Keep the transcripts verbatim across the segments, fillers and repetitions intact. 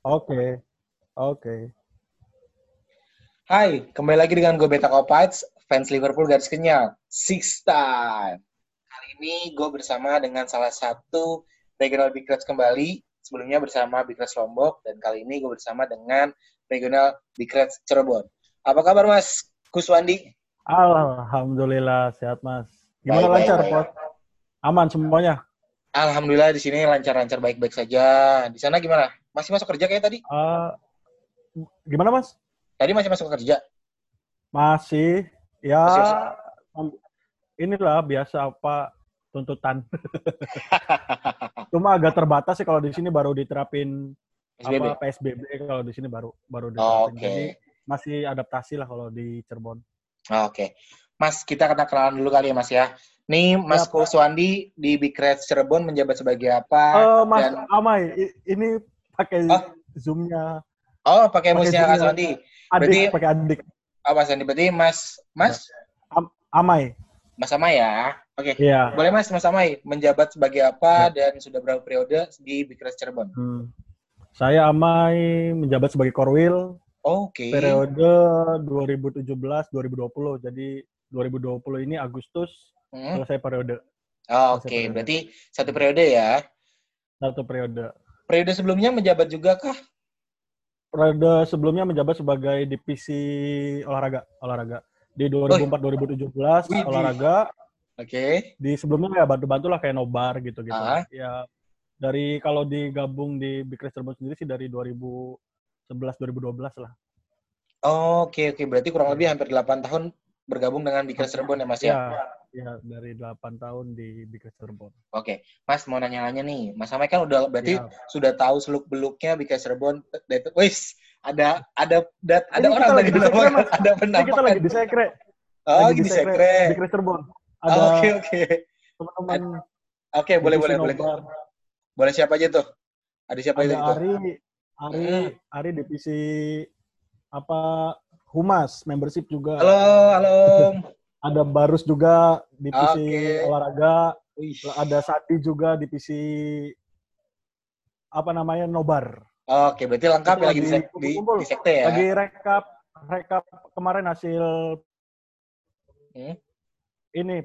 Oke, oke. Hai, kembali lagi dengan gue Beta Kopites, fans Liverpool garis kenyal, six time. Kali ini gue bersama dengan salah satu regional Big Reds kembali, sebelumnya bersama Big Reds Lombok, dan kali ini gue bersama dengan regional Big Reds Cirebon. Apa kabar Mas Kuswandi? Alhamdulillah sehat Mas. Gimana Baik, baik, lancar, baik. Pos? Aman semuanya? Alhamdulillah di sini lancar-lancar baik-baik saja. Di sana gimana? Masih masuk kerja kayak tadi? Uh, gimana Mas? Tadi masih masuk kerja? Masih, ya Masih masuk? inilah biasa apa tuntutan. Cuma agak terbatas sih kalau di sini baru diterapin S B B? apa P S B B, kalau di sini baru baru Oh, diterapin. oke. Jadi masih adaptasi lah kalau di Cirebon. Oh, oke. Mas, kita kena kenalan dulu kali ya, Mas ya. Nih, Mas Siap. Kuswandi di Big Reds Cirebon menjabat sebagai apa? Uh, Mas Dan Amai, ini pakai oh, Zoom-nya, oh pakai pakai musnya Kak Zoom-nya Swandi. adik, Berarti pakai adik. apa oh, Swandi? Berarti Mas Ya. Mas Am Amai. Mas Amai ya. Oke. Iya. Boleh Mas, Mas Amai menjabat sebagai apa Ya. dan sudah berapa periode di Big Reds Cirebon? Hmm. Saya Amai menjabat sebagai Korwil Oke. periode dua ribu tujuh belas dua ribu dua puluh. Jadi dua ribu dua puluh ini Agustus Hmm. selesai periode. Oh, selesai oke, periode. berarti satu periode ya. Satu periode. Periode sebelumnya menjabat juga kah? Periode sebelumnya menjabat sebagai divisi olahraga, olahraga. Di dua ribu empat dua ribu tujuh belas Widih. olahraga. Oke. Okay. Di sebelumnya ya bantu-bantu lah kayak nobar gitu-gitu. Ah. Ya dari kalau digabung di Big Reds Cirebon sendiri sih dari dua ribu sebelas dua ribu dua belas lah. Oh, oke okay, oke. Okay. Berarti kurang lebih hampir delapan tahun bergabung dengan Big Reds Cirebon ya, Mas ya? Ya, ya dari delapan tahun di Big Reds Cirebon. Oke. Okay. Mas mau nanya-nanya nih. Mas Amai kan udah berarti ya. Sudah tahu seluk-beluknya Big Reds Cirebon. Wis, ada ada ada, ada orang lagi di sekre, Mas. ada penampakan. Ini kita lagi di sekre. Oh, lagi di sekre. Big Reds Cirebon. Ada oh, oke oke. Teman-teman. Oke, okay, boleh boleh boleh. Boleh siapa aja tuh? Ada siapa ada aja gitu? Ari, Ari, hmm. Ari divisi apa Humas, membership juga. Halo, halo. Ada Barus juga divisi okay. olahraga. Uish. Ada Sati juga divisi apa namanya nobar. Oke, berarti lengkap ya lagi di, di, di sekte ya. Lagi rekap rekap kemarin hasil hmm? ini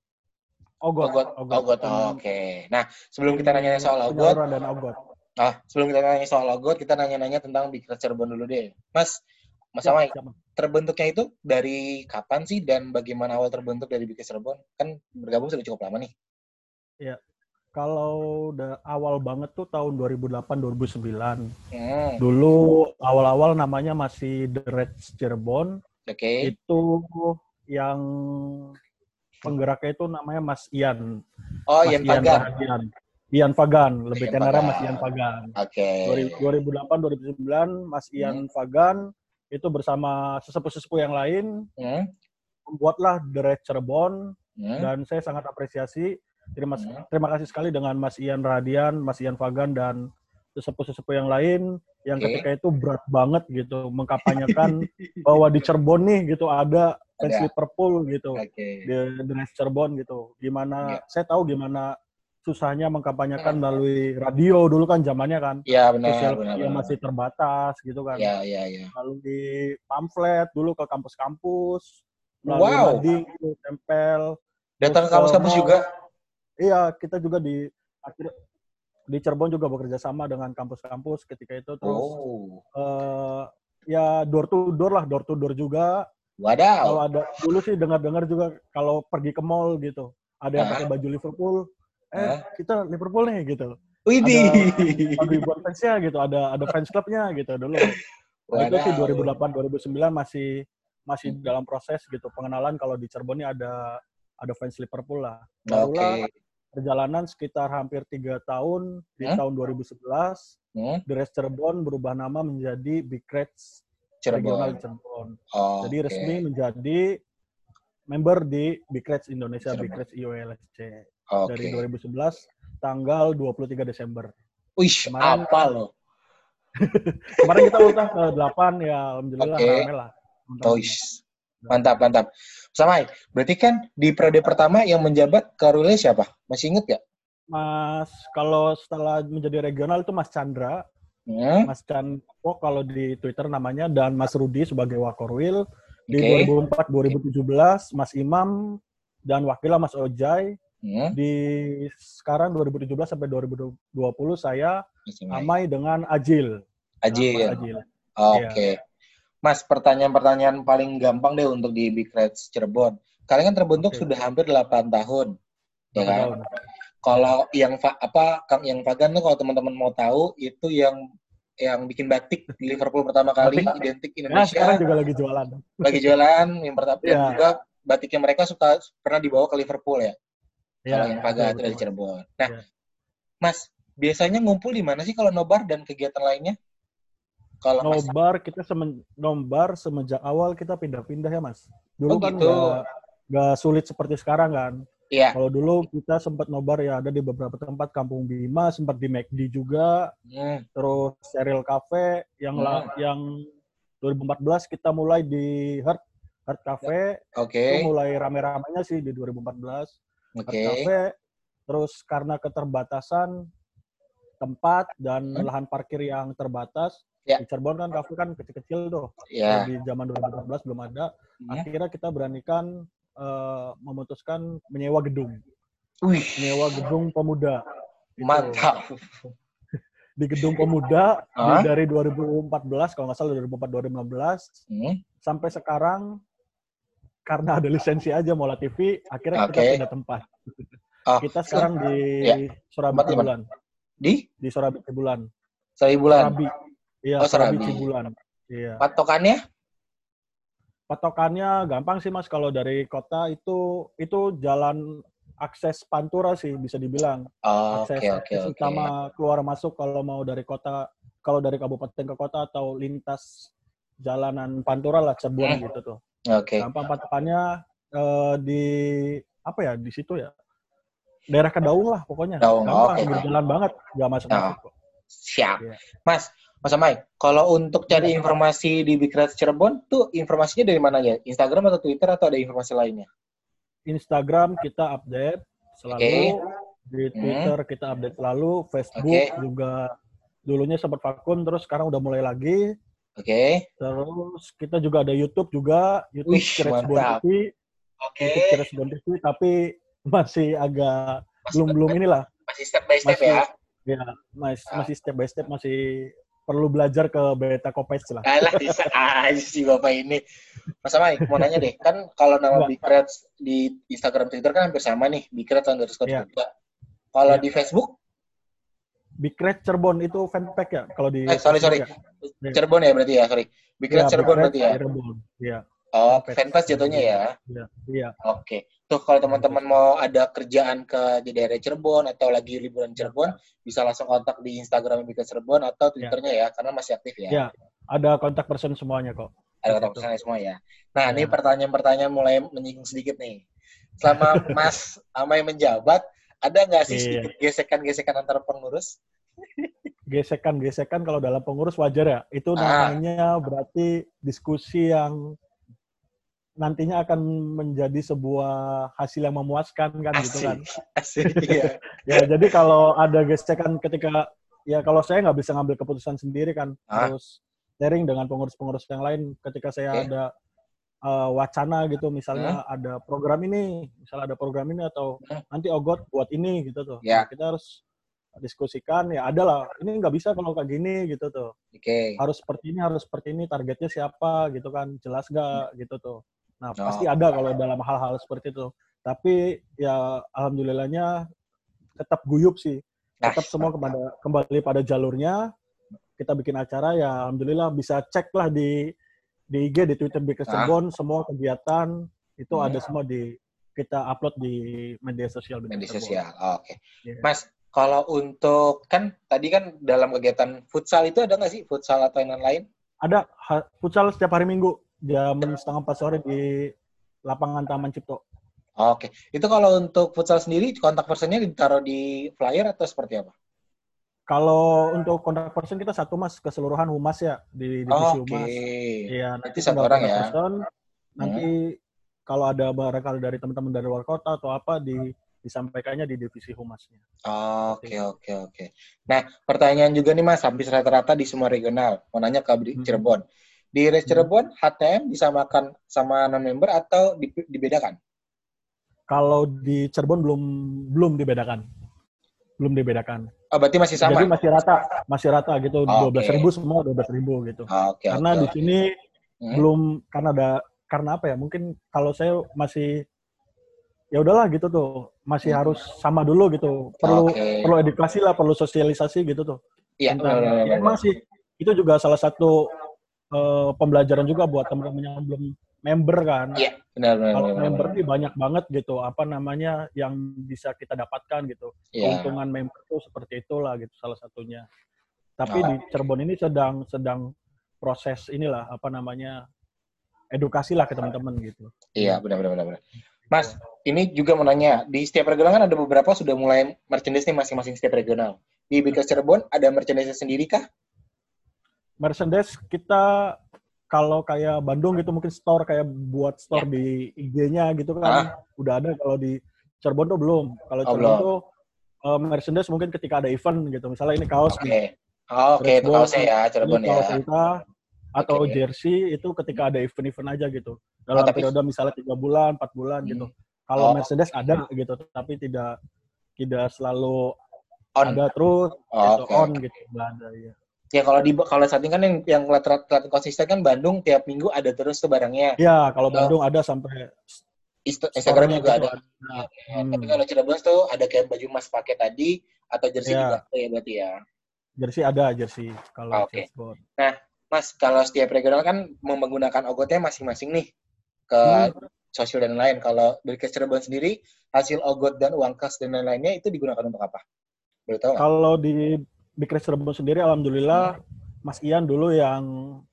Ogot. Ogot. Ogot. Ogot. Oh, Oke. Okay. Nah, sebelum kita nanya soal Ogot. Dan Ogot. Ah, sebelum kita nanya soal Ogot, kita nanya-nanya tentang Big Reds Cirebon dulu deh. Mas, Mas Amai, terbentuknya itu dari kapan sih dan bagaimana awal terbentuk dari Big Reds Cirebon? Kan bergabung sudah cukup lama nih. Iya. Kalau udah awal banget tuh tahun dua ribu delapan dua ribu sembilan. Hmm. Dulu awal-awal namanya masih The Reds Cirebon. Oke. Okay. Itu yang penggeraknya itu namanya Mas Ian. Oh, Mas Ian Fagan. Ian, Ian Fagan, lebih tenernya Mas Ian Fagan. Oke. Okay. dua ribu delapan dua ribu sembilan Mas Ian hmm. Fagan itu bersama sesepuh-sesepuh yang lain hmm. membuatlah The Reds Cirebon hmm. dan saya sangat apresiasi. Terima hmm. terima kasih sekali dengan Mas Ian Radian, Mas Ian Fagan dan sesepuh-sesepuh yang lain yang okay. ketika itu berat banget gitu mengkampanyekan bahwa di Cirebon nih gitu ada fans ada. Liverpool gitu okay. di The Reds Cirebon gitu. Gimana yeah. saya tahu gimana susahnya mengkampanyekan hmm. melalui radio dulu kan zamannya kan. Iya benar. Sosial benar, media benar. masih terbatas gitu kan. Iya iya iya. Lalu di pamflet dulu ke kampus-kampus. Melalui wow. mading gitu, tempel. Datang ke kampus-kampus juga. Iya, kita juga di akhir di Cirebon juga bekerja sama dengan kampus-kampus ketika itu terus oh. uh, ya door to door lah, door to door juga. Wadaw. Kalau ada dulu sih dengar-dengar juga kalau pergi ke mall gitu, ada yang huh? pakai baju Liverpool, eh huh? kita Liverpool nih gitu. Widih. Ada buat fansnya gitu, ada ada fans clubnya gitu dulu. Nah, itu sih dua ribu delapan dua ribu sembilan masih masih hmm. dalam proses gitu pengenalan kalau di Cirebon ini ada ada fans Liverpool lah. Barulah okay. perjalanan sekitar hampir tiga tahun di hmm? tahun dua ribu sebelas hmm? The Reds Cirebon berubah nama menjadi Big Reds Regional Cirebon. Oh, jadi okay. resmi menjadi member di Big Reds Indonesia, Cirebon. Big Reds I O L S C okay. dari dua ribu sebelas tanggal dua puluh tiga Desember. Wih, apa loh? Kemarin kita ultah ke delapan ya, alhamdulillah okay. rame lah. Tois. Mantap, mantap. Samai, berarti kan di periode pertama yang menjabat Korwilnya siapa? Masih inget gak? Mas, kalau setelah menjadi regional itu Mas Chandra. Hmm. Mas Chan Pok kalau di Twitter namanya, dan Mas Rudi sebagai Wakorwil. Di Oke. dua ribu empat dua ribu tujuh belas Mas Imam dan wakilnya Mas Ojai. Hmm. Di sekarang dua ribu tujuh belas sampai dua ribu dua puluh saya Mas Imai. Amai dengan Ajil. Nah, Ajil. Mas Ajil. Oke. Iya. Mas, pertanyaan-pertanyaan paling gampang deh untuk di Big Reds Cirebon. Kalian kan terbentuk Oke. sudah hampir delapan tahun. Ya Berapa kan? tahun? Kalau yang fa- apa Kang yang Fagan tuh kalau teman-teman mau tahu itu yang yang bikin batik di Liverpool pertama kali, Batik. identik Nah, sekarang Indonesia, juga lagi jualan. lagi jualan yang pertama, dan Iya. juga batiknya mereka suka pernah dibawa ke Liverpool ya. Kalau Iya, yang betul, Fagan itu betul, dari Mas. Cirebon. Nah, Iya. Mas, biasanya ngumpul di mana sih kalau nobar dan kegiatan lainnya? Kalau Mas, Nobar kita semen, nobar semenjak awal kita pindah-pindah ya Mas. Dulu oh kan gitu. nggak nggak sulit seperti sekarang kan. Iya. Kalau dulu kita sempat nobar ya ada di beberapa tempat, Kampung Bima, sempat di McD juga, Hmm. terus Serial Cafe yang Hmm. la, yang dua ribu empat belas kita mulai di Heart Heart Cafe. Oke. Itu mulai rame-ramenya sih di dua ribu empat belas. Heart Oke. Cafe. Terus karena keterbatasan tempat dan Hmm. lahan parkir yang terbatas, Ya. di Cirebon kan kafe kan kecil-kecil tuh. Ya. Di zaman dua ribu empat belas belum ada. Hmm. Akhirnya kita beranikan uh, memutuskan menyewa gedung. Wih. Menyewa gedung pemuda. Gitu. Mantap. Di gedung pemuda di, Hah? dari dua ribu empat belas kalau nggak salah dua ribu empat dua ribu lima belas Hmm. sampai sekarang karena ada lisensi aja Mola T V, akhirnya Oke. kita pindah tempat. Oh, Kita sekarang di ya. Surabi Tempat di mana? Cibulan. Di? Di Surabi Cibulan. Serabi Bulan. Surabi. Iya, Oh, Surabi Serabi. Cibulan. Iya. Patokannya? Patokannya gampang sih Mas, kalau dari kota itu itu jalan akses Pantura sih bisa dibilang. Oh, Akses oke, oke, akses oke. utama keluar masuk kalau mau dari kota, kalau dari kabupaten ke kota atau lintas jalanan Pantura lah Cirebon Hmm. gitu tuh. Oke. Gampang patokannya eh, di apa ya di situ ya. Daerah Kedaung lah pokoknya. Daung, Gampang, oke. pinggir jalan banget, nggak masuk-masuk kok. Siap. Iya. Mas, Mas Amai, kalau untuk cari informasi di Big Reds Cirebon tuh informasinya dari mana ya? Instagram atau Twitter atau ada informasi lainnya? Instagram kita update selalu, Oke. di Hmm. Twitter kita update selalu, Facebook Oke. juga dulunya sempat vakum terus sekarang udah mulai lagi. Oke. Terus kita juga ada YouTube juga, YouTube Wih, Cirebon mantap. T V, Oke. YouTube Cirebon T V, tapi masih agak Masih belum belum inilah, Masih step by step masih ya. ya mas, Ah. masih step by step, masih perlu belajar ke beta kopes lah. Alah, bisa aja sih Bapak ini. Mas Amai, mau nanya deh, kan kalau nama Enggak. Big Reds di Instagram Twitter kan hampir sama nih, Big Reds underscore Iya. juga. Kalau Iya. di Facebook? Big Red Cirebon itu fanpage ya kalau di Eh, sorry, sorry. Facebook ya. Cirebon ya berarti ya, sorry. Big Iya, Reds Cirebon Big Red berarti ya? Cirebon. Iya. Oh, Fanpage. fanpage jatuhnya ya? Iya. Iya. Oke. Tuh kalau teman-teman mau ada kerjaan ke di daerah Cirebon atau lagi liburan Cirebon, bisa langsung kontak di Instagram Big Reds Cirebon atau Twitternya ya, karena masih aktif ya. Iya. Ada kontak person semuanya kok. Ada kontak personnya semua ya. Nah, Ya. ini pertanyaan-pertanyaan mulai menyinggung sedikit nih. Selama Mas Amai menjabat, ada nggak sih Iya. sedikit gesekan-gesekan antara pengurus? Gesekan-gesekan kalau dalam pengurus wajar ya. Itu Ah. namanya berarti diskusi yang nantinya akan menjadi sebuah hasil yang memuaskan kan gitu kan. Asik, iya. Ya, jadi kalau ada gesekan ketika ya kalau saya nggak bisa ngambil keputusan sendiri kan, Ah. harus sharing dengan pengurus-pengurus yang lain ketika saya Oke. ada uh, wacana gitu, misalnya Hmm. ada program ini, misalnya ada program ini atau Hmm. nanti Ogot buat ini gitu tuh. Ya. Nah, kita harus diskusikan ya ada lah, ini nggak bisa kalau kayak gini gitu tuh. Oke. Harus seperti ini, harus seperti ini, targetnya siapa gitu kan, jelas nggak gitu tuh. Nah, Oh. pasti ada kalau dalam hal-hal seperti itu. Tapi ya alhamdulillahnya tetap guyup sih. Tetap Ah, semua kepada kembali pada jalurnya. Kita bikin acara ya alhamdulillah bisa cek lah di di I G, di Twitter Big Reds Ah. Cirebon, semua kegiatan itu Hmm. ada semua di kita upload di media sosial Big Media Reds Cirebon. sosial. Oh, oke. Iya. Mas, kalau untuk kan tadi kan dalam kegiatan futsal itu ada nggak sih futsal atau yang lain? Ada ha- futsal setiap hari Minggu jam setengah empat sore di lapangan Taman Cipto. Oh, oke. Itu kalau untuk futsal sendiri kontak personnya ditaruh di flyer atau seperti apa? Kalau untuk kontak person kita satu Mas, keseluruhan humas ya di divisi Oh, oke. humas. Iya, Berarti nanti satu tinggal orang kontak ya? person. Nanti kalau ada barangkali dari teman-teman dari luar kota atau apa di disampaikannya di divisi humasnya. Oke, oke, oke. Nah, pertanyaan juga nih Mas, hampir rata-rata di semua regional. Mau nanya ke Hmm. Cirebon. Di Res Cirebon, H T M disamakan sama non-member atau di- dibedakan? Kalau di Cirebon belum belum dibedakan. Belum dibedakan. Oh, berarti masih sama? Jadi masih rata, masih rata gitu, dua belas ribu Oke. semua dua belas ribu gitu. Oke, Karena oke, di oke. sini Hmm? belum, karena ada, karena apa ya, mungkin kalau saya masih, ya udahlah gitu tuh, masih Hmm. harus sama dulu gitu. Perlu Oke. perlu edukasi lah, perlu sosialisasi gitu tuh. Iya, Tentang, ya benar-benar. emang sih, itu juga salah satu uh, pembelajaran juga buat teman-teman yang belum member kan. Iya, benar-benar. Kalau member nih banyak banget gitu, apa namanya, yang bisa kita dapatkan gitu. Iya. Keuntungan member tuh seperti itulah gitu, salah satunya. Tapi Oh. di Cirebon ini sedang sedang proses inilah, apa namanya, edukasi lah ke teman-teman gitu. Iya, benar-benar. benar. Mas, ini juga mau nanya, di setiap regional kan ada beberapa sudah mulai merchandise nih masing-masing setiap regional. Di Bikers Cirebon ada merchandise sendiri kah? Merchandise kita, kalau kayak Bandung gitu mungkin store, kayak buat store Ya. di I G-nya gitu kan, Hah? udah ada. Kalau di Cirebon tuh belum. Kalau Oh, Cirebon belum. tuh uh, merchandise mungkin ketika ada event gitu. Misalnya ini kaos Oke. nih. Oh, Oke, itu Redball, kaosnya ya, ini Cirebon kaos ya. kita, atau Oke. jersey itu ketika ada event-event aja gitu. Oh, Dalam tapi periode misalnya tiga bulan, empat bulan gitu. Hmm. Kalau Oh. merchandise ada gitu, tapi tidak tidak selalu On. ada terus Oh, gitu, oke, on oke. gitu, nggak ada ya. Ya kalau di kalau saat ini kan yang yang telat konsisten kan Bandung tiap minggu ada terus tuh barangnya. Ya, kalau So, Bandung ada sampai Insta- Instagram store-nya juga gitu ada. ada. Ya, Hmm. Tapi kalau Cirebon tuh ada kayak baju Mas pakai tadi atau jersey Ya, juga tuh ya berarti ya. jersey ada, jersey kalau Oke. Cirebon. Nah, Mas, kalau setiap regional kan menggunakan ogotnya masing-masing nih ke Hmm. sosial dan lain. Kalau dari Cirebon sendiri, hasil ogot dan uang kas dan lain-lainnya itu digunakan untuk apa? Boleh tahu nggak? Kalau di Big Rest Cirebon sendiri, alhamdulillah hmm. Mas Ian dulu yang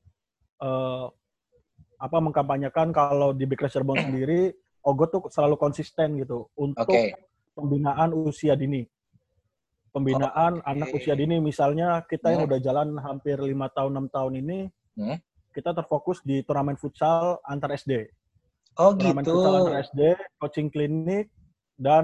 uh, apa mengkampanyekan kalau di Big Rest Cirebon sendiri, ogot tuh selalu konsisten gitu untuk okay. pembinaan usia dini. Pembinaan okay. anak usia dini, misalnya kita hmm. yang udah jalan hampir lima tahun, enam tahun ini, hmm. kita terfokus di turnamen futsal antar S D. Oh turnamen gitu. futsal antar S D, coaching klinik, dan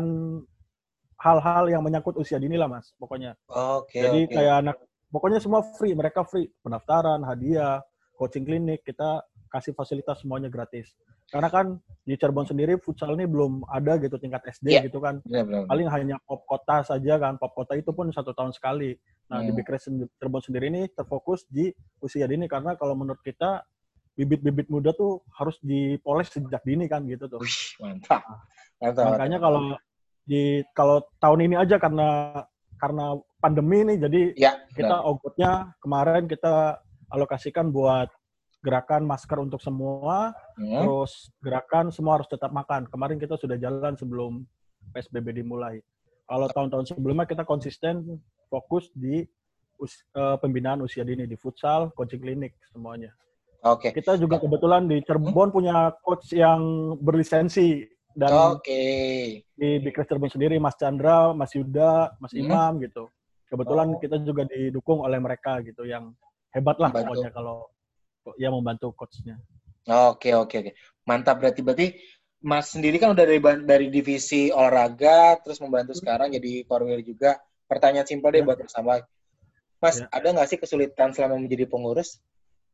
hal-hal yang menyangkut usia dini lah Mas, pokoknya. Oke. Okay, Jadi okay. kayak anak, pokoknya semua free, mereka free. Pendaftaran, hadiah, coaching klinik, kita kasih fasilitas semuanya gratis. Karena kan di Cirebon sendiri futsal ini belum ada gitu tingkat S D yeah. gitu kan. Benar, benar, benar. Paling hanya pop kota saja kan. Pop kota itu pun satu tahun sekali. Nah hmm. di Big Rest Cirebon sendiri ini terfokus di usia dini karena kalau menurut kita bibit-bibit muda tuh harus dipoles sejak dini kan gitu tuh. Uish, mantap. Mantap. Makanya mantap. kalau di kalau tahun ini aja karena karena pandemi nih jadi ya, kita benar. Ogotnya kemarin kita alokasikan buat gerakan masker untuk semua, hmm. terus gerakan semua harus tetap makan. Kemarin kita sudah jalan sebelum P S B B dimulai. Kalau tahun-tahun sebelumnya kita konsisten fokus di us, uh, pembinaan usia dini di futsal, coaching klinik semuanya. Oke. Okay. Kita juga kebetulan di Cirebon hmm? punya coach yang berlisensi dan okay. di Big Rest Cirebon sendiri Mas Chandra, Mas Yuda, Mas hmm? Imam gitu. Kebetulan oh. kita juga didukung oleh mereka gitu yang hebat lah Bantu. Pokoknya kalau ya membantu coachnya. Oke oke oke mantap berarti berarti Mas sendiri kan udah dari dari divisi olahraga terus membantu sekarang jadi korwil juga. Pertanyaan simpel deh ya. Buat bersama Mas ya. Ada nggak sih kesulitan selama menjadi pengurus?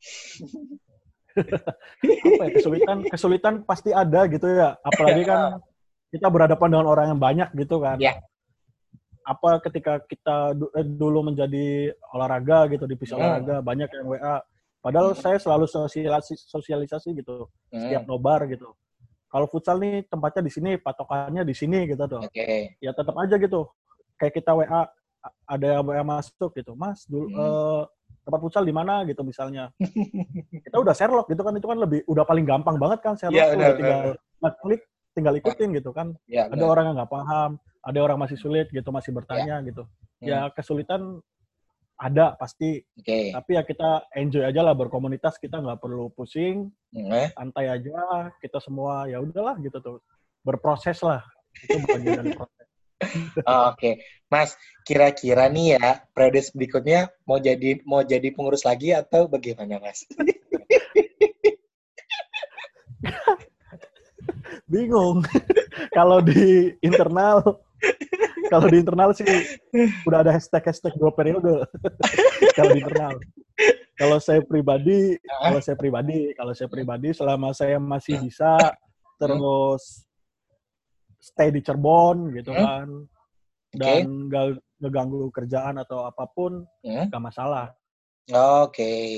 Apa ya, kesulitan kesulitan pasti ada gitu ya. Apalagi kan kita berhadapan dengan orang yang banyak gitu kan. Ya. Apa ketika kita dulu menjadi olahraga gitu divisi hmm. olahraga banyak yang W A. Padahal hmm. saya selalu sosialisasi, sosialisasi gitu, hmm. setiap nobar gitu. Kalau futsal nih tempatnya di sini, patokannya di sini gitu tuh. Okay. Ya tetap aja gitu. Kayak kita W A, ada W A masuk gitu. Mas, dulu hmm. uh, tempat futsal di mana gitu misalnya. Kita udah Sherlock gitu kan, itu kan lebih udah paling gampang banget kan Sherlock yeah, tuh. Udah tinggal klik, tinggal ikutin gitu kan. Yeah, ada bener. Orang yang nggak paham, ada orang masih sulit gitu, masih bertanya yeah. gitu. Hmm. Ya kesulitan ada pasti, okay. Tapi ya kita enjoy aja lah berkomunitas, kita nggak perlu pusing, mm. santai aja, kita semua ya udahlah gitu tuh, berproses lah, itu bagian dari proses. Oh, Oke, okay. Mas, kira-kira nih ya, periode berikutnya mau jadi mau jadi pengurus lagi atau bagaimana, Mas? Bingung. Kalau di internal, kalau di internal sih udah ada hashtag-hashtag dua periode. Kalau di internal. Kalau saya pribadi, kalau saya pribadi, kalau saya pribadi selama saya masih bisa terus stay di Cirebon gitu kan, dan nggak ngeganggu kerjaan atau apapun, nggak masalah. Oke. Okay.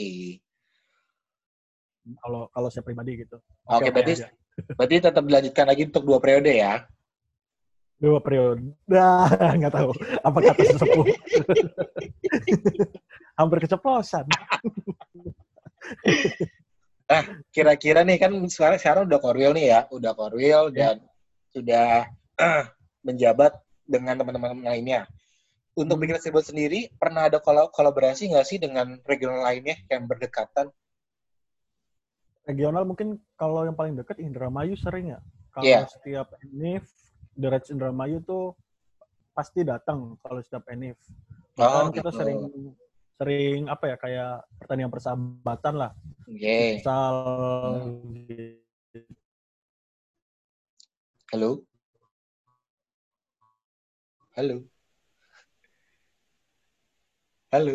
Kalau kalau saya pribadi gitu. Oke, okay, berarti aja. Berarti tetap dilanjutkan lagi untuk dua periode ya? Dua periode. Nah, nggak tahu. Apa kata sesepuh? Hampir keceplosan. Nah, kira-kira nih kan sekarang sekarang udah Korwil nih ya, udah Korwil dan ya. Sudah uh, menjabat dengan teman-teman lainnya. Untuk hmm. Bikres Cirebon sendiri, pernah ada kol- kolaborasi nggak sih dengan regional lainnya yang berdekatan? Regional mungkin kalau yang paling dekat Indramayu sering ya. Kalau yeah. setiap N I F, The Reds Indramayu tuh pasti datang kalau setiap N I F. Bahkan oh, kita gitu. sering sering apa ya kayak pertandingan persahabatan lah. Okay. Misal hmm. Halo? Halo? Halo?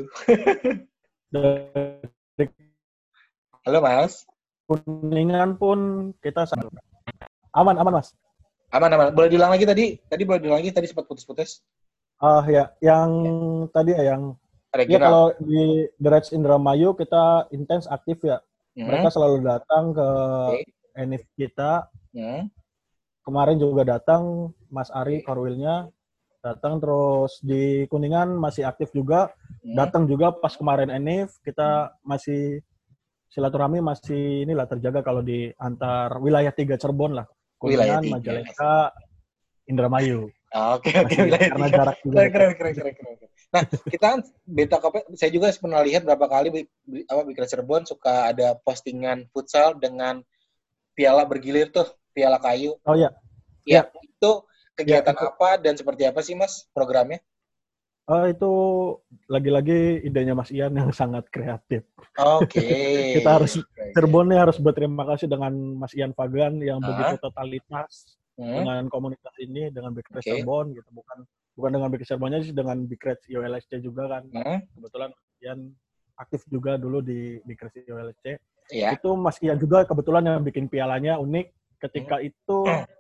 Halo, Mas? Kuningan pun kita satu. Aman, aman, Mas. Aman, aman. Boleh diulang lagi tadi? Tadi boleh diulang lagi, tadi sempat putus-putus. Ah, uh, ya. Yang ya. tadi ya, yang... Regional. Ya, kalau di The Reds Indramayu kita intens aktif ya. Hmm. Mereka selalu datang ke okay. N I F kita. Hmm. Kemarin juga datang Mas Ari Korwilnya datang, terus di Kuningan masih aktif juga, hmm. datang juga pas kemarin N I F kita masih silaturahmi masih inilah terjaga kalau di antar wilayah tiga Cirebon lah, Kuningan, Majalengka, Indramayu. Oke oke wilayah karena tiga. Jarak juga. Keren keren keren keren. Nah kita kan Beta Kopet, saya juga pernah lihat berapa kali apa Bikres Cirebon suka ada postingan futsal dengan piala bergilir tuh, piala kayu. Oh iya. Ya, ya. Itu kegiatan ya, itu. apa dan seperti apa sih Mas programnya? Oh, itu lagi-lagi idenya Mas Ian yang sangat kreatif. Oke. Okay. Kita harus Cirebon nih harus berterima kasih dengan Mas Ian Fagan yang uh-huh. begitu totalitas hmm. dengan komunitas ini, dengan Bikres okay. Cirebon gitu, bukan bukan dengan Bikres Cirebonnya sih, dengan Bikres I O L S C juga kan. Uh-huh. Kebetulan Ian aktif juga dulu di Bikres I O L S C. Yeah. Itu Mas Ian juga kebetulan yang bikin pialanya unik ketika uh-huh. itu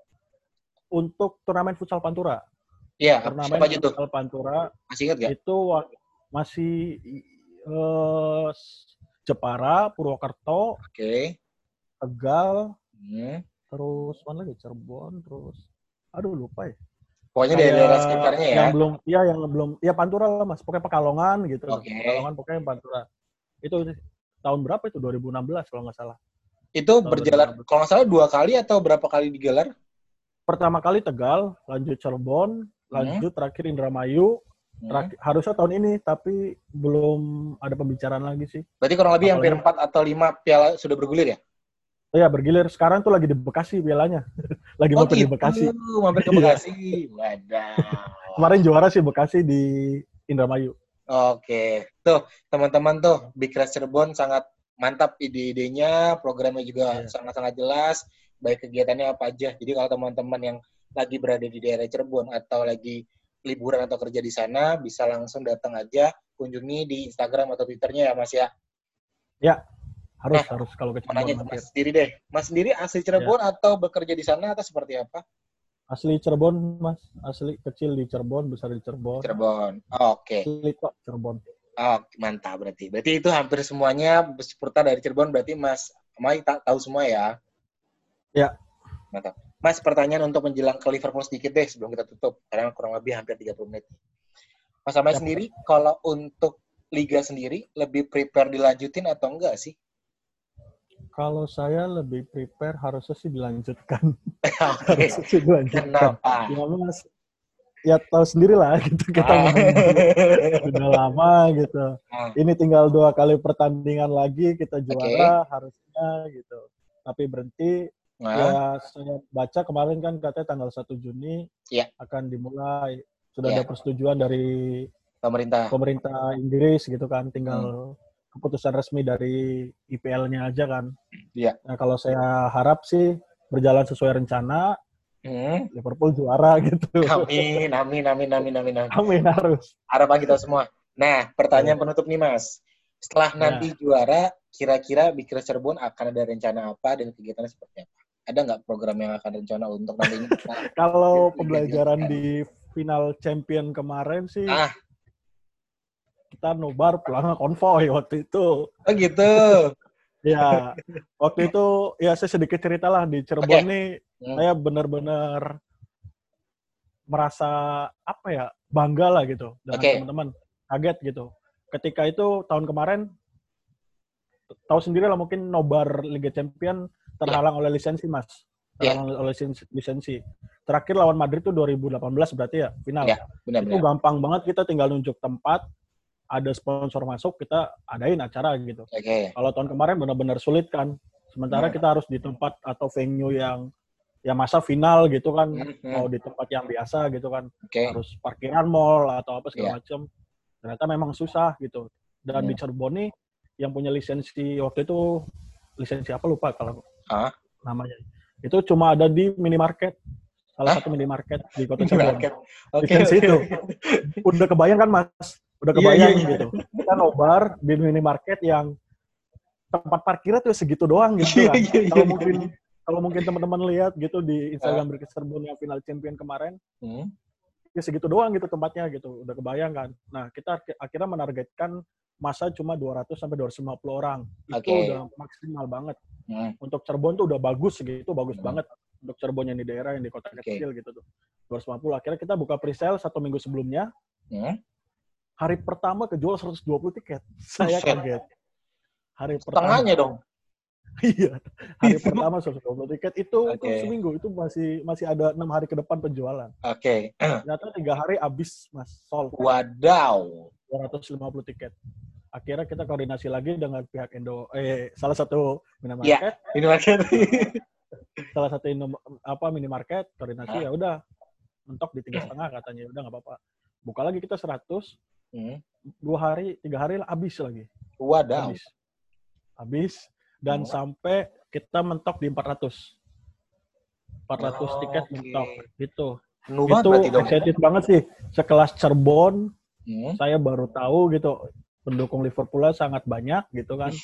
untuk turnamen futsal Pantura. Iya, turnamen siapa aja tuh? Futsal Pantura. Masih ingat gak? Itu masih uh, Jepara, Purwokerto, okay. Tegal, hmm. terus mana lagi? Cirebon, terus aduh lupa ya. Pokoknya dari daerah sekitarnya ya? Yang belum, ya yang belum, ya Pantura lah Mas. Pokoknya Pekalongan gitu. Okay. Pekalongan pokoknya Pantura. Itu tahun berapa itu? dua ribu enam belas kalau nggak salah. Itu tahun berjalan, kalau nggak salah dua kali atau berapa kali digelar? Pertama kali Tegal, lanjut Cirebon, lanjut hmm. terakhir Indramayu. Hmm. Terakhir, harusnya tahun ini, tapi belum ada pembicaraan lagi sih. Berarti kurang lebih Apalagi, hampir empat atau lima piala sudah bergulir ya? Iya, bergilir. Sekarang tuh lagi di Bekasi pialanya. lagi oh, mampir gitu. di Bekasi. Mampir ke Bekasi. Wadah. Kemarin juara sih Bekasi di Indramayu. Oke. Tuh, teman-teman tuh, Bikres Cirebon sangat mantap ide-idenya, programnya juga yeah. sangat-sangat jelas, baik kegiatannya apa aja. Jadi kalau teman-teman yang lagi berada di daerah Cirebon atau lagi liburan atau kerja di sana, bisa langsung datang aja, kunjungi di Instagram atau Twitternya ya Mas ya? Ya, harus, nah, harus kalau ke Cirebon. Nanya ke Mas sendiri deh. Mas sendiri asli Cirebon ya. Atau bekerja di sana atau seperti apa? Asli Cirebon, Mas. Asli kecil di Cirebon, besar di Cirebon. Cirebon, oh, oke. Okay. Asli kok Cirebon. Oh, mantap berarti. Berarti itu hampir semuanya seputar dari Cirebon, berarti Mas Mai tahu semua ya? Ya. Mantap. Mas, pertanyaan untuk menjelang ke Liverpool sedikit deh sebelum kita tutup. Karena kurang lebih hampir tiga puluh menit. Mas Amai sendiri, kalau untuk Liga sendiri, lebih prepare dilanjutin atau enggak sih? Kalau saya lebih prepare, harusnya sih dilanjutkan. Oke. Harusnya sih dilanjutkan. Kenapa? Ya, Mas. Ya, tahu sendiri lah. Gitu. Kita ah. main sudah lama gitu. Ah. Ini tinggal dua kali pertandingan lagi, kita juara, okay. harusnya gitu. Tapi berhenti. Nah. Ya, saya baca kemarin kan katanya tanggal satu Juni yeah. akan dimulai. Sudah yeah. ada persetujuan dari pemerintah pemerintah Inggris gitu kan. Tinggal hmm. keputusan resmi dari I P L-nya aja kan. Yeah. Nah, kalau saya harap sih berjalan sesuai rencana, Hmm. Liverpool juara gitu. Amin, amin, amin, amin, amin, amin. Amin harus. Harapan kita semua. Nah, pertanyaan penutup nih, Mas. Setelah nanti Ya. juara, kira-kira Big Reds Cirebon akan ada rencana apa dan kegiatannya seperti apa? Ada nggak program yang akan rencana untuk nantinya kita Kalau Liga pembelajaran dilanjutkan? di final champion kemarin sih, Ah, kita nobar pulangnya konvoy waktu itu. oh gitu. Ya, waktu itu ya saya sedikit cerita lah di Oke. Cirebon nih, Hmm. saya benar-benar merasa apa ya, bangga lah gitu dengan Oke. teman-teman, kaget gitu. Ketika itu tahun kemarin, tahu sendiri lah mungkin nobar Liga Champion terhalang oleh lisensi, Mas. Ya, Terhalang oleh lisensi. lisensi. Terakhir lawan Madrid itu dua ribu delapan belas berarti ya, final. ya, Itu benar-benar. gampang banget, kita tinggal nunjuk tempat, ada sponsor masuk, kita adain acara gitu. Oke. Kalau tahun kemarin benar-benar sulit kan. Sementara Hmm. kita harus di tempat atau venue yang ya masa final gitu kan, Hmm, hmm. mau di tempat yang biasa gitu kan, Oke. harus parkiran mall atau apa Ya. segala macam. Ternyata memang susah gitu. Dan Hmm. di Cirebon nih yang punya lisensi waktu itu, lisensi apa lupa kalau Ah, namanya. Itu cuma ada di minimarket. Salah Hah? satu minimarket di Kota Ini Cirebon. market. Oke, Lisensi oke. itu. Udah kebayang kan, Mas? Udah Iya, iya, kebayang iya. gitu. Kita nobar di minimarket yang tempat parkirnya tuh segitu doang gitu Iya, kan. iya, iya, Kalau iya. mungkin kalau mungkin teman-teman lihat gitu di Ah. Instagram Big Reds Cirebon yang final champion kemarin, Hmm. ya segitu doang gitu tempatnya gitu. Udah kebayang kan. Nah, kita ak- akhirnya menargetkan masa cuma dua ratus sampai dua ratus lima puluh orang. Itu Oke. udah maksimal banget. Hmm. Untuk Cirebon tuh udah bagus segitu, bagus Hmm. banget. Untuk Cirebon yang di daerah yang di kota Oke. kecil gitu tuh. dua ratus lima puluh. Akhirnya kita buka pre-sale satu minggu sebelumnya. Hmm. Hari pertama kejual seratus dua puluh tiket. Saya Buset. kaget. Hari Setengahnya pertama. dong. Iya. Hari Itu. pertama seratus dua puluh tiket itu Oke. itu seminggu itu masih masih ada enam hari ke depan penjualan. Oke. Ternyata tiga hari habis, Mas, sold Wadaw. dua ratus lima puluh tiket. Akhirnya kita koordinasi lagi dengan pihak Indo eh salah satu Iya, minimarket, ini market. salah satu Indo, apa minimarket koordinasi Hah? ya udah mentok di tiga setengah katanya, udah nggak apa-apa. Buka lagi kita seratus, Hmm. dua hari, tiga hari habis lagi, Wadaw. habis, habis dan Hmm. sampai kita mentok di empat ratus, empat ratus tiket Oke. mentok gitu. Penuh banget Itu berarti dong. excited banget sih. Sekelas Cirebon, Hmm. saya baru tahu gitu. Pendukung Liverpool sangat banyak gitu kan.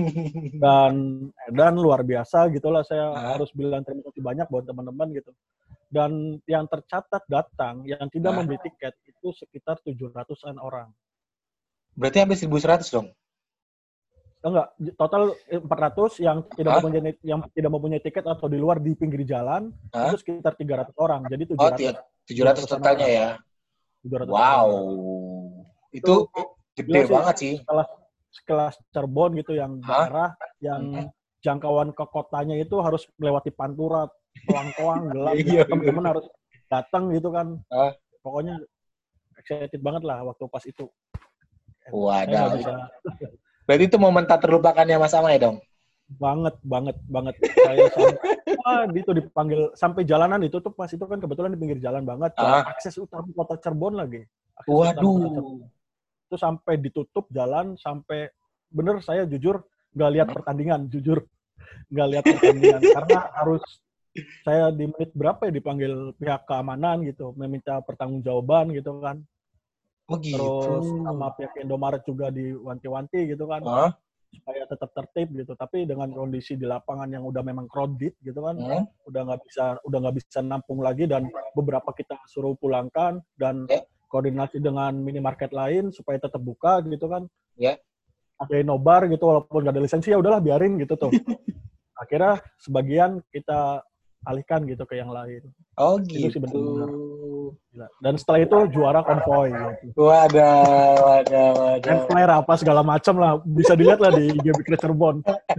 Dan dan luar biasa gitulah, saya Hah? harus bilang terima kasih banyak buat teman-teman gitu. Dan yang tercatat datang yang tidak Hah? membeli tiket itu sekitar tujuh ratusan orang. Berarti hampir seribu seratus dong. Enggak, total empat ratus yang tidak Hah? mempunyai yang tidak mempunyai tiket atau di luar di pinggir jalan. Hah? Itu sekitar tiga ratus orang. Jadi Oh, tujuh ratus. tujuh ratus totalnya ya. tujuh ratus Wow. orang. Itu gede Gila sih, banget sih. Sekelas sekelas Cirebon gitu yang Hah? daerah yang Hmm. jangkauan ke kotanya itu harus melewati Pantura, toang-toang gelap Iya, gitu. iya. Teman-teman harus datang gitu kan. Hah? Pokoknya excited banget lah waktu pas itu. Saya Wadaw. nggak bisa Berarti itu momen tak terlupakannya Mas Amai dong. banget, banget, banget. Saya sampai, wah, itu dipanggil sampai jalanan itu tuh pas itu kan kebetulan di pinggir jalan banget. Ah. Akses utama kota Cirebon lagi. Akses utama kota Cirebon. Waduh. Itu sampai ditutup jalan sampai bener saya jujur nggak lihat pertandingan, jujur nggak lihat pertandingan karena harus saya di menit berapa ya dipanggil pihak keamanan gitu, meminta pertanggungjawaban gitu kan. Oh gitu. Terus sama pihak Indomaret juga diwanti-wanti gitu kan, Hah? supaya tetap tertib gitu. Tapi dengan kondisi di lapangan yang udah memang crowded gitu kan, Hmm? udah nggak bisa udah nggak bisa nampung lagi dan beberapa kita suruh pulangkan dan Ya. koordinasi dengan minimarket lain supaya tetap buka gitu kan. Ya. Ada nobar gitu walaupun nggak ada lisensi ya udahlah biarin gitu tuh. Akhirnya sebagian kita alihkan gitu ke yang lain. Oh Itu sih gitu. benar-benar gila. Dan setelah itu juara konvoy gitu. Wadah, wadah, wadah. Dan flare apa segala macam lah, bisa dilihat lah di I G Big Reds Cirebon.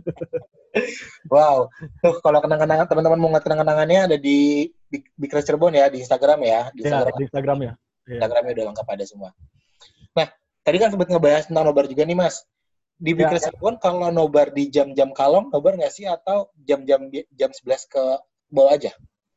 Wow. Tuh kalau kenang-kenangan teman-teman mau ngeliat kenang-kenangannya ada di Big, Big Reds Cirebon ya di Instagram ya. Di Ya, Instagram. di Instagram ya. Ya. Instagramnya udah lengkap ada semua. Nah, tadi kan sempat ngebahas tentang nobar juga nih Mas. Di Big Ya. Reds Cirebon kalau nobar di jam-jam kalong nobar nggak sih atau jam-jam jam sebelas ke bawah aja?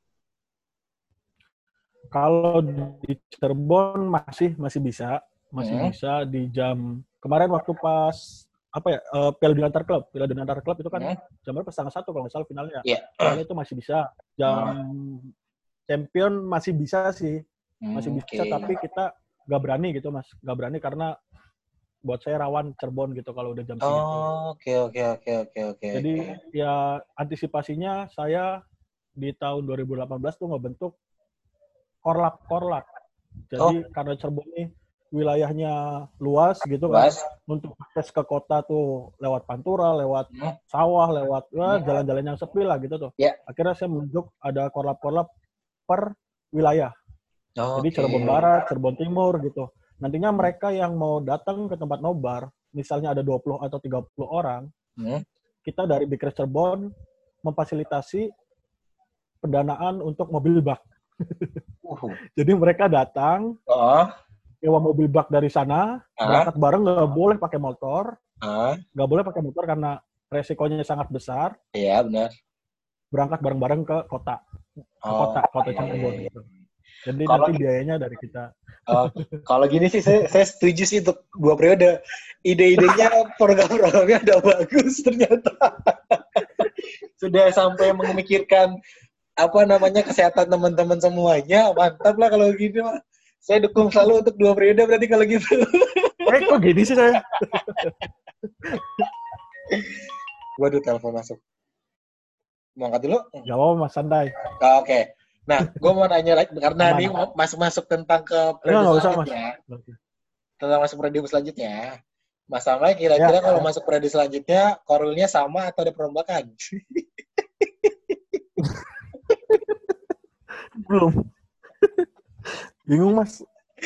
Kalau di Cirebon masih masih bisa, masih Hmm. bisa di jam kemarin waktu pas apa ya uh, Piala Dunia Antar Klub, Piala Dunia Antar Klub itu kan Hmm. jam berapa setengah satu kalau nggak salah finalnya. Iya. Finalnya itu masih bisa. Jam Hmm. champion masih bisa sih, masih Hmm, bisa oke. tapi kita nggak berani gitu mas, nggak berani karena buat saya rawan Cirebon gitu kalau udah jam segitu. Oh, oke oke oke oke oke. Jadi oke. ya antisipasinya saya di tahun dua ribu delapan belas tuh ngebentuk korlap korlap. Jadi Oh. karena Cirebon ini wilayahnya luas gitu Luas. kan, untuk akses ke kota tuh lewat Pantura, lewat Hmm. sawah, lewat ya, Hmm. jalan-jalan yang sepi lah gitu tuh. Ya. Akhirnya saya menunjuk ada korlap-korlap per wilayah. Oh, Jadi oke. Cirebon Barat, Cirebon Timur gitu. Nantinya mereka yang mau datang ke tempat nobar, misalnya ada dua puluh atau tiga puluh orang, Hmm. kita dari Bikres Cirebon memfasilitasi pendanaan untuk mobil bak. Uh. Jadi mereka datang, Oh. nyewa mobil bak dari sana, Ah. berangkat bareng, nggak boleh pakai motor, Ah. nggak boleh pakai motor karena resikonya sangat besar. Iya, benar. Berangkat bareng-bareng ke kota, ke Oh, kota, kota iya, Cirebon iya, iya. gitu. Jadi Kalau nanti biayanya dari kita. Oh, kalau gini sih saya, saya setuju sih untuk dua periode. Ide-idenya, program-programnya udah bagus ternyata. Sudah sampai memikirkan apa namanya kesehatan teman-teman semuanya. Mantap lah kalau gitu. Saya dukung selalu untuk dua periode berarti kalau gitu. Eh, kok gini sih saya? Waduh, telepon masuk. Mau angkat dulu? Gak apa-apa, Mas, santai. Oh, oke. Okay. Nah, gue mau nanya lagi karena Aman. ini masuk-masuk tentang ke periode Nggak usah, selanjutnya. Mas. Tentang masuk periode selanjutnya. Mas Amai kira-kira Ya, kalau ya. masuk periode selanjutnya, korwilnya sama atau ada perombakan? Belum. Bingung, Mas.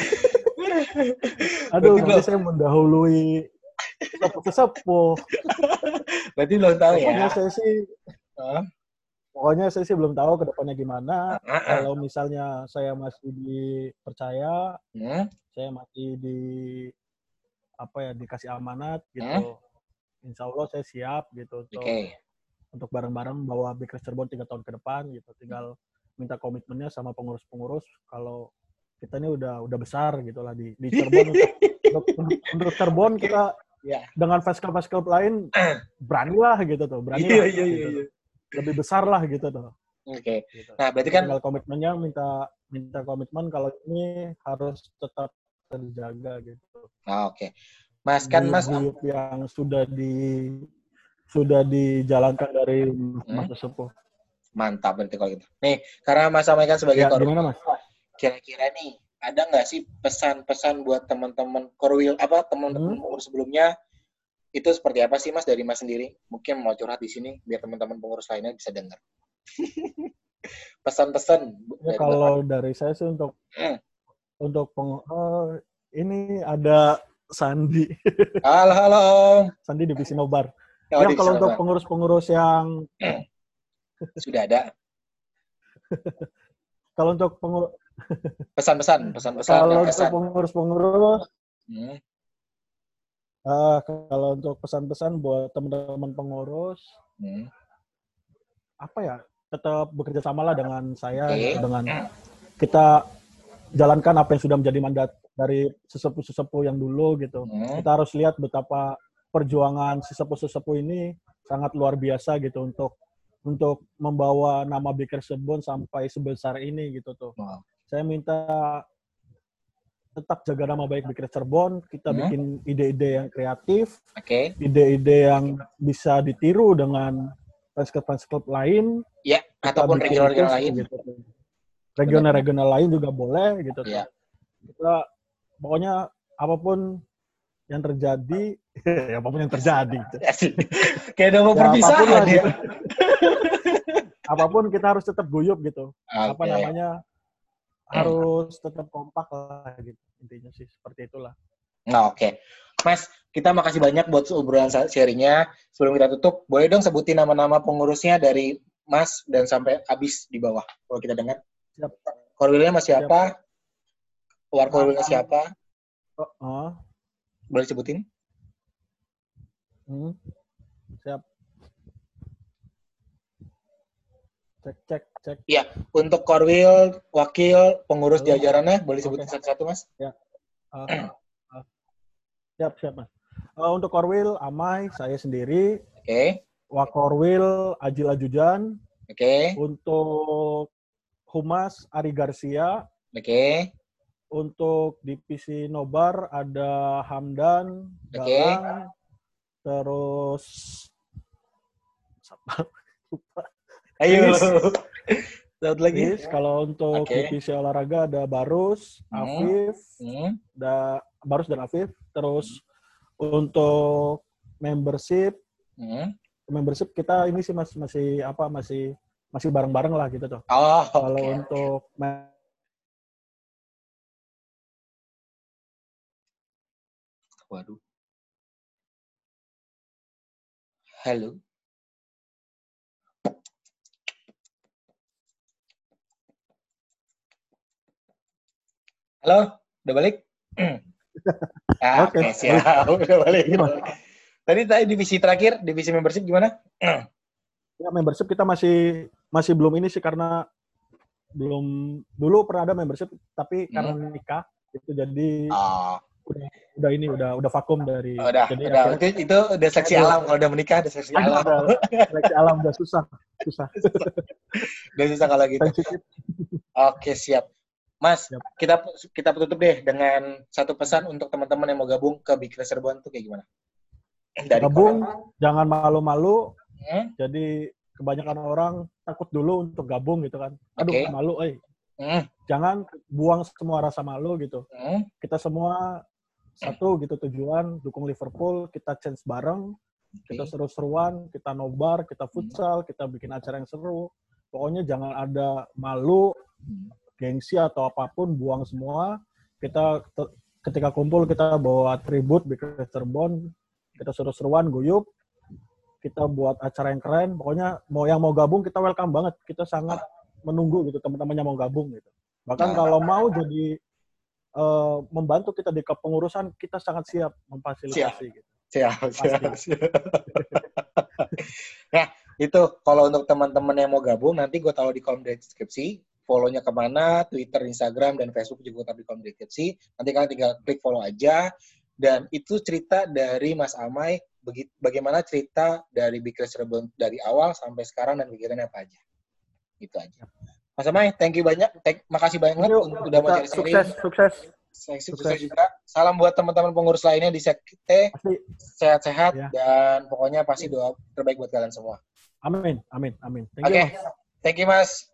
Aduh, Berarti nanti belum. saya mendahului sesepuh. Berarti belum tahu Pokoknya ya? saya sih, Huh? pokoknya saya sih belum tahu ke depannya gimana. Uh-uh. Kalau misalnya saya masih dipercaya, Hmm? saya masih di apa ya dikasih amanat gitu. Hmm? Insya Allah saya siap gitu untuk Oke. untuk bareng-bareng bawa Bikres Cirebon tiga tahun ke depan gitu. Tinggal minta komitmennya sama pengurus-pengurus kalau kita ini udah udah besar gitulah di di Cirebon untuk untuk, untuk, untuk Cirebon kita Ya. dengan fans club fans club lain beranilah gitu tuh, beranilah Iya, iya, gitu. iya. Lebih besar lah gitu tuh. Oke. Gitu. Nah, berarti Jadi kan tinggal komitmennya minta minta komitmen kalau ini harus tetap terjaga gitu. nah, oke. Mas kan Mas Guyup-guyup yang sudah di sudah dijalankan dari Mas Hmm? Sesepuh. Mantap berarti kalau gitu. Nih, karena Mas Amai kan sebagai Ya, korwil, gimana Mas? kira-kira nih ada nggak sih pesan-pesan buat teman-teman korwil apa teman-teman Hmm? pengurus sebelumnya itu seperti apa sih Mas dari Mas sendiri? Mungkin mau curhat di sini biar teman-teman pengurus lainnya bisa dengar. Pesan-pesan Ya dari kalau Bapak. dari saya sih untuk Hmm. untuk peng, oh, ini ada Sandi. Halo, halo Om. Sandi divisi nobar. Oh, Ya di kalau sana, untuk Bang. pengurus-pengurus yang Sudah ada kalau untuk pengurus pesan-pesan, pesan-pesan kalau dan untuk kesan. pengurus-pengurus Hmm. uh, kalau untuk pesan-pesan buat teman-teman pengurus Hmm. apa ya tetap bekerja samalah dengan saya Oke. gitu, dengan kita jalankan apa yang sudah menjadi mandat dari sesepuh-sesepuh yang dulu gitu. Hmm. Kita harus lihat betapa perjuangan sesepuh-sesepuh ini sangat luar biasa gitu untuk untuk membawa nama Bikres Cirebon sampai sebesar ini gitu tuh. Wow. Saya minta tetap jaga nama baik Bikres Cirebon, kita Hmm. bikin ide-ide yang kreatif, Oke. ide-ide yang bisa ditiru dengan fans club-fans club lain. Ya, Kita ataupun bikin regional-regional itu, lain. gitu. Regional-regional lain juga boleh gitu. Ya. Kita pokoknya apapun yang terjadi, ya apapun yang terjadi. Gitu. Kayak udah mau Ya, apapun perpisahan lah, ya. gitu. Apapun kita harus tetap guyup gitu. Oke. Apa namanya? Harus tetap kompak lah gitu. Intinya sih seperti itulah. Nah, oke. Okay. Mas, kita makasih banyak buat obrolan sharingnya. Sebelum kita tutup, boleh dong sebutin nama-nama pengurusnya dari Mas dan sampai habis di bawah. Kalau kita dengar. Siap. Korwilnya Mas siapa? War korwilnya siapa? Oh, oh. Boleh sebutin? Hmm. Siap. Cek, cek, cek. Iya. Untuk korwil, wakil, pengurus Halo. jajarannya, boleh sebutin Oke. satu-satu, Mas? Ya. Uh, uh. Siap, siap, Mas. Uh, untuk Korwil, Amai, saya sendiri. Oke. Okay. Wakorwil, Ajil Ajujan. Oke. Okay. Untuk Humas, Ari Garcia. Oke. Okay. Untuk divisi Nobar ada Hamdan, Galang, okay. Terus ayo. Satu lagi. Kalau untuk okay. divisi olahraga ada Barus, hmm. Afif, hmm. da, Barus dan Afif. Terus hmm. untuk membership, hmm. membership kita ini sih masih masih apa masih masih bareng-bareng lah gitu tuh. Oh, kalau okay. untuk Waduh. Halo. Halo, udah balik? ah, Oke, okay, siap. Udah balik. Tadi tadi divisi terakhir, divisi membership gimana? Ya, membership kita masih masih belum ini sih karena belum dulu pernah ada membership tapi hmm. karena nikah itu jadi oh. udah, udah ini udah udah vakum dari oh, udah jadi udah itu, itu udah seleksi alam kalau udah menikah udah seleksi alam. Udah, seleksi alam udah susah susah. Udah susah kalau gitu. Oke, siap. Mas, siap. kita kita tutup deh dengan satu pesan untuk teman-teman yang mau gabung ke Big Reds Cirebon tuh kayak gimana? Dari gabung koran. Jangan malu-malu. Hmm? Jadi kebanyakan orang takut dulu untuk gabung gitu kan. Aduh, okay. malu, eh. Hmm. Jangan buang semua rasa malu gitu. Hmm. Kita semua satu gitu tujuan, dukung Liverpool, kita chance bareng, okay. kita seru-seruan, kita nobar, kita futsal, hmm. kita bikin acara yang seru. Pokoknya jangan ada malu, gengsi atau apapun, buang semua. Kita ketika kumpul kita bawa atribut Big Reds Cirebon, kita seru-seruan, guyup. Kita buat acara yang keren, pokoknya mau yang mau gabung kita welcome banget, kita sangat menunggu gitu teman-temannya mau gabung gitu. Bahkan kalau mau jadi uh, membantu kita di kepengurusan, kita sangat siap memfasilitasi. Siap, gitu. siap, siap. siap. Nah itu kalau untuk teman-teman yang mau gabung nanti gue taruh di kolom deskripsi, follow-nya kemana, Twitter, Instagram, dan Facebook juga gue taruh di kolom deskripsi. Nanti kalian tinggal klik follow aja. Dan itu cerita dari Mas Amai, bagaimana cerita dari Big Reds Cirebon dari awal sampai sekarang dan kegiatannya apa aja. Itu aja. Mas Amai, thank you banyak. Thank, makasih banget untuk udah mau sharing. Sukses, sukses. Sukses, sukses juga. Salam buat teman-teman pengurus lainnya di Sekte. Sehat-sehat ya. Dan pokoknya pasti doa terbaik buat kalian semua. Amin, amin, amin. Thank Oke, you, okay. Thank you, Mas.